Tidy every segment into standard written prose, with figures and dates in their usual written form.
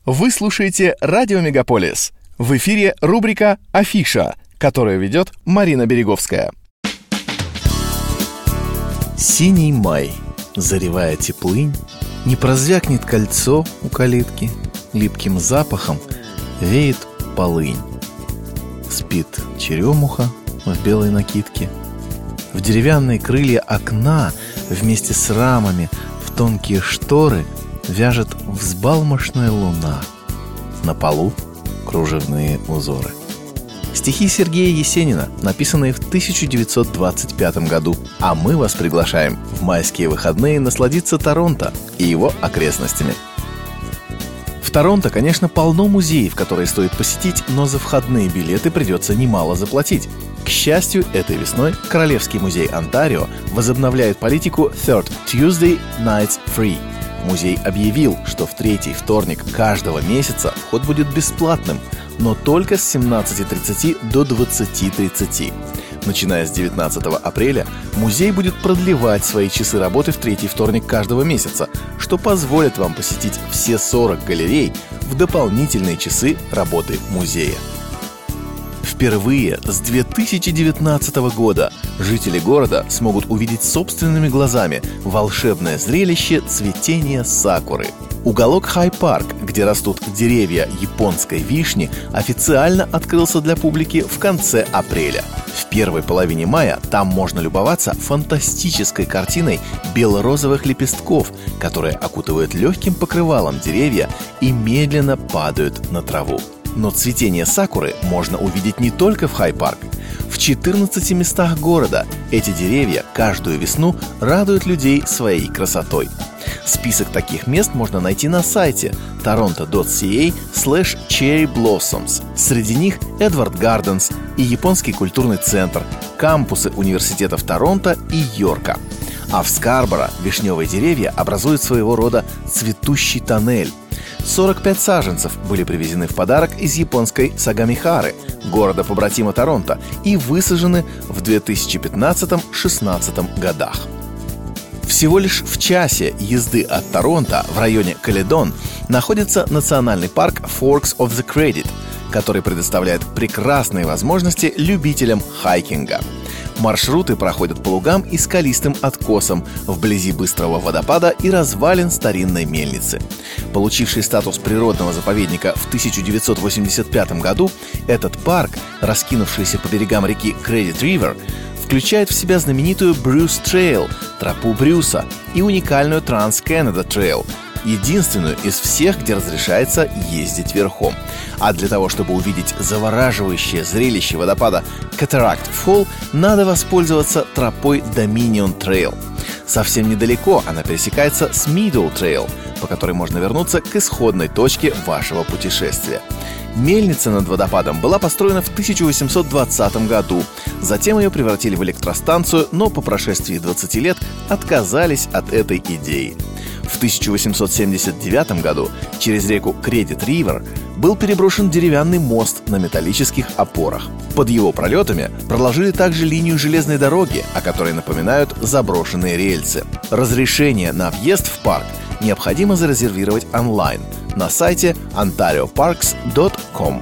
Вы слушаете «Радио Мегаполис». В эфире рубрика «Афиша», которую ведет Марина Береговская. Синий май, заревая теплынь, не прозвякнет кольцо у калитки, липким запахом веет полынь. Спит черемуха в белой накидке. В деревянные крылья окна вместе с рамами в тонкие шторы вяжет взбалмошная луна. На полу кружевные узоры. Стихи Сергея Есенина, написанные в 1925 году. А мы вас приглашаем в майские выходные насладиться Торонто и его окрестностями. В Торонто, конечно, полно музеев, которые стоит посетить, но за входные билеты придется немало заплатить. К счастью, этой весной Королевский музей Онтарио возобновляет политику Third Tuesday Nights Free. Музей объявил, что в третий вторник каждого месяца вход будет бесплатным, но только с 17:30 до 20:30. Начиная с 19 апреля музей будет продлевать свои часы работы в третий вторник каждого месяца, что позволит вам посетить все 40 галерей в дополнительные часы работы музея. Впервые с 2019 года жители города смогут увидеть собственными глазами волшебное зрелище цветения сакуры. Уголок Хай-парк, где растут деревья японской вишни, официально открылся для публики в конце апреля. В первой половине мая там можно любоваться фантастической картиной бело-розовых лепестков, которые окутывают легким покрывалом деревья и медленно падают на траву. Но цветение сакуры можно увидеть не только в Хай-парк. В 14 местах города эти деревья каждую весну радуют людей своей красотой. Список таких мест можно найти на сайте toronto.ca/cherryblossoms. Среди них Эдвард Гарденс и Японский культурный центр, кампусы университетов Торонто и Йорка. А в Скарборо вишневые деревья образуют своего рода цветущий тоннель. 45 саженцев были привезены в подарок из японской Сагамихары, города-побратима Торонто, и высажены в 2015-16 годах. Всего лишь в часе езды от Торонто в районе Каледон находится национальный парк Forks of the Credit, который предоставляет прекрасные возможности любителям хайкинга. Маршруты проходят по лугам и скалистым откосам вблизи быстрого водопада и развалин старинной мельницы. Получивший статус природного заповедника в 1985 году, этот парк, раскинувшийся по берегам реки Credit River, включает в себя знаменитую Bruce Trail, тропу Брюса, и уникальную Trans-Canada Trail, единственную из всех, где разрешается ездить верхом. А для того, чтобы увидеть завораживающее зрелище водопада Cataract Fall, надо воспользоваться тропой Dominion Trail. Совсем недалеко она пересекается с Meadow Trail, по которой можно вернуться к исходной точке вашего путешествия. Мельница над водопадом была построена в 1820 году. Затем ее превратили в электростанцию, но по прошествии 20 лет отказались от этой идеи. В 1879 году через реку Credit River был переброшен деревянный мост на металлических опорах. Под его пролетами проложили также линию железной дороги, о которой напоминают заброшенные рельсы. Разрешение на въезд в парк необходимо зарезервировать онлайн на сайте ontarioparks.com.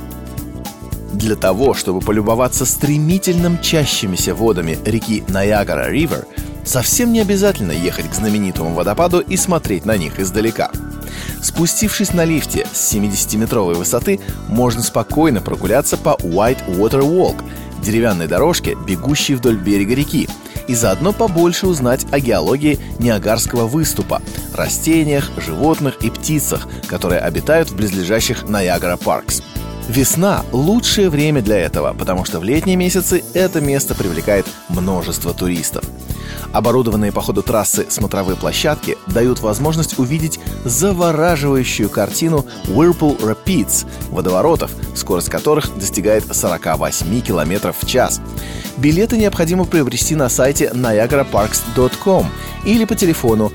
Для того, чтобы полюбоваться стремительно мчащимися водами реки Ниагара-Ривер, совсем не обязательно ехать к знаменитому водопаду и смотреть на них издалека. Спустившись на лифте с 70-метровой высоты, можно спокойно прогуляться по White Water Walk, деревянной дорожке, бегущей вдоль берега реки, и заодно побольше узнать о геологии Ниагарского выступа, растениях, животных и птицах, которые обитают в близлежащих Ниагара Паркс. Весна – лучшее время для этого, потому что в летние месяцы это место привлекает множество туристов. Оборудованные по ходу трассы смотровые площадки дают возможность увидеть завораживающую картину Whirlpool Rapids – водоворотов, скорость которых достигает 48 км в час. Билеты необходимо приобрести на сайте niagaraparks.com или по телефону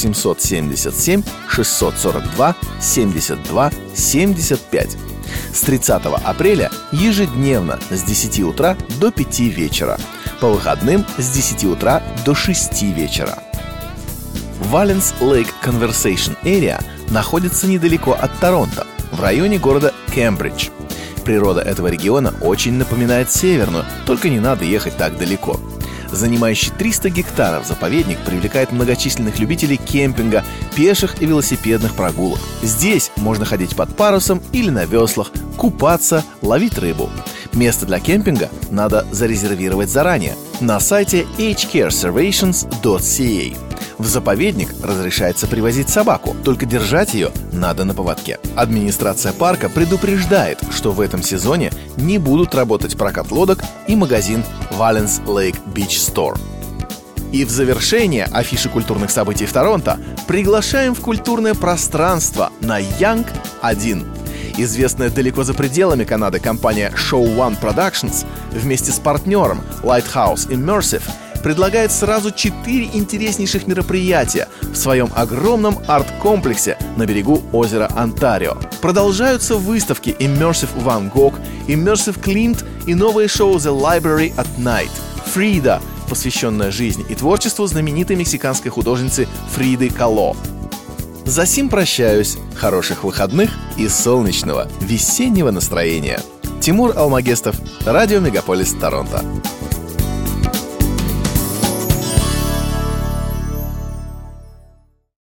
877 642 72 75. С 30 апреля ежедневно с 10 утра до 5 вечера. По выходным с 10 утра до 6 вечера. Valence Lake Conservation Area находится недалеко от Торонто, в в районе города Кембридж. Природа этого региона очень напоминает северную, только не надо ехать так далеко. Занимающий 300 гектаров заповедник привлекает многочисленных любителей кемпинга, пеших и велосипедных прогулок. Здесь можно ходить под парусом или на веслах, купаться, ловить рыбу. Место для кемпинга надо зарезервировать заранее на сайте hcareservations.ca. В заповедник разрешается привозить собаку, только держать ее надо на поводке. Администрация парка предупреждает, что в этом сезоне не будут работать прокат лодок и магазин Valence Lake Beach Store. И в завершение афиши культурных событий в Торонто приглашаем в культурное пространство на Yonge 1. Известная далеко за пределами Канады компания Show One Productions вместе с партнером Lighthouse Immersive предлагает сразу 4 интереснейших мероприятия в своем огромном арт-комплексе на берегу озера Онтарио. Продолжаются выставки Immersive Van Gogh, Immersive Klimt и новые шоу The Library at Night, Фрида, посвященная жизни и творчеству знаменитой мексиканской художницы Фриды Кало. Засим прощаюсь. Хороших выходных и солнечного весеннего настроения. Тимур Алмагестов, Радио Мегаполис, Торонто.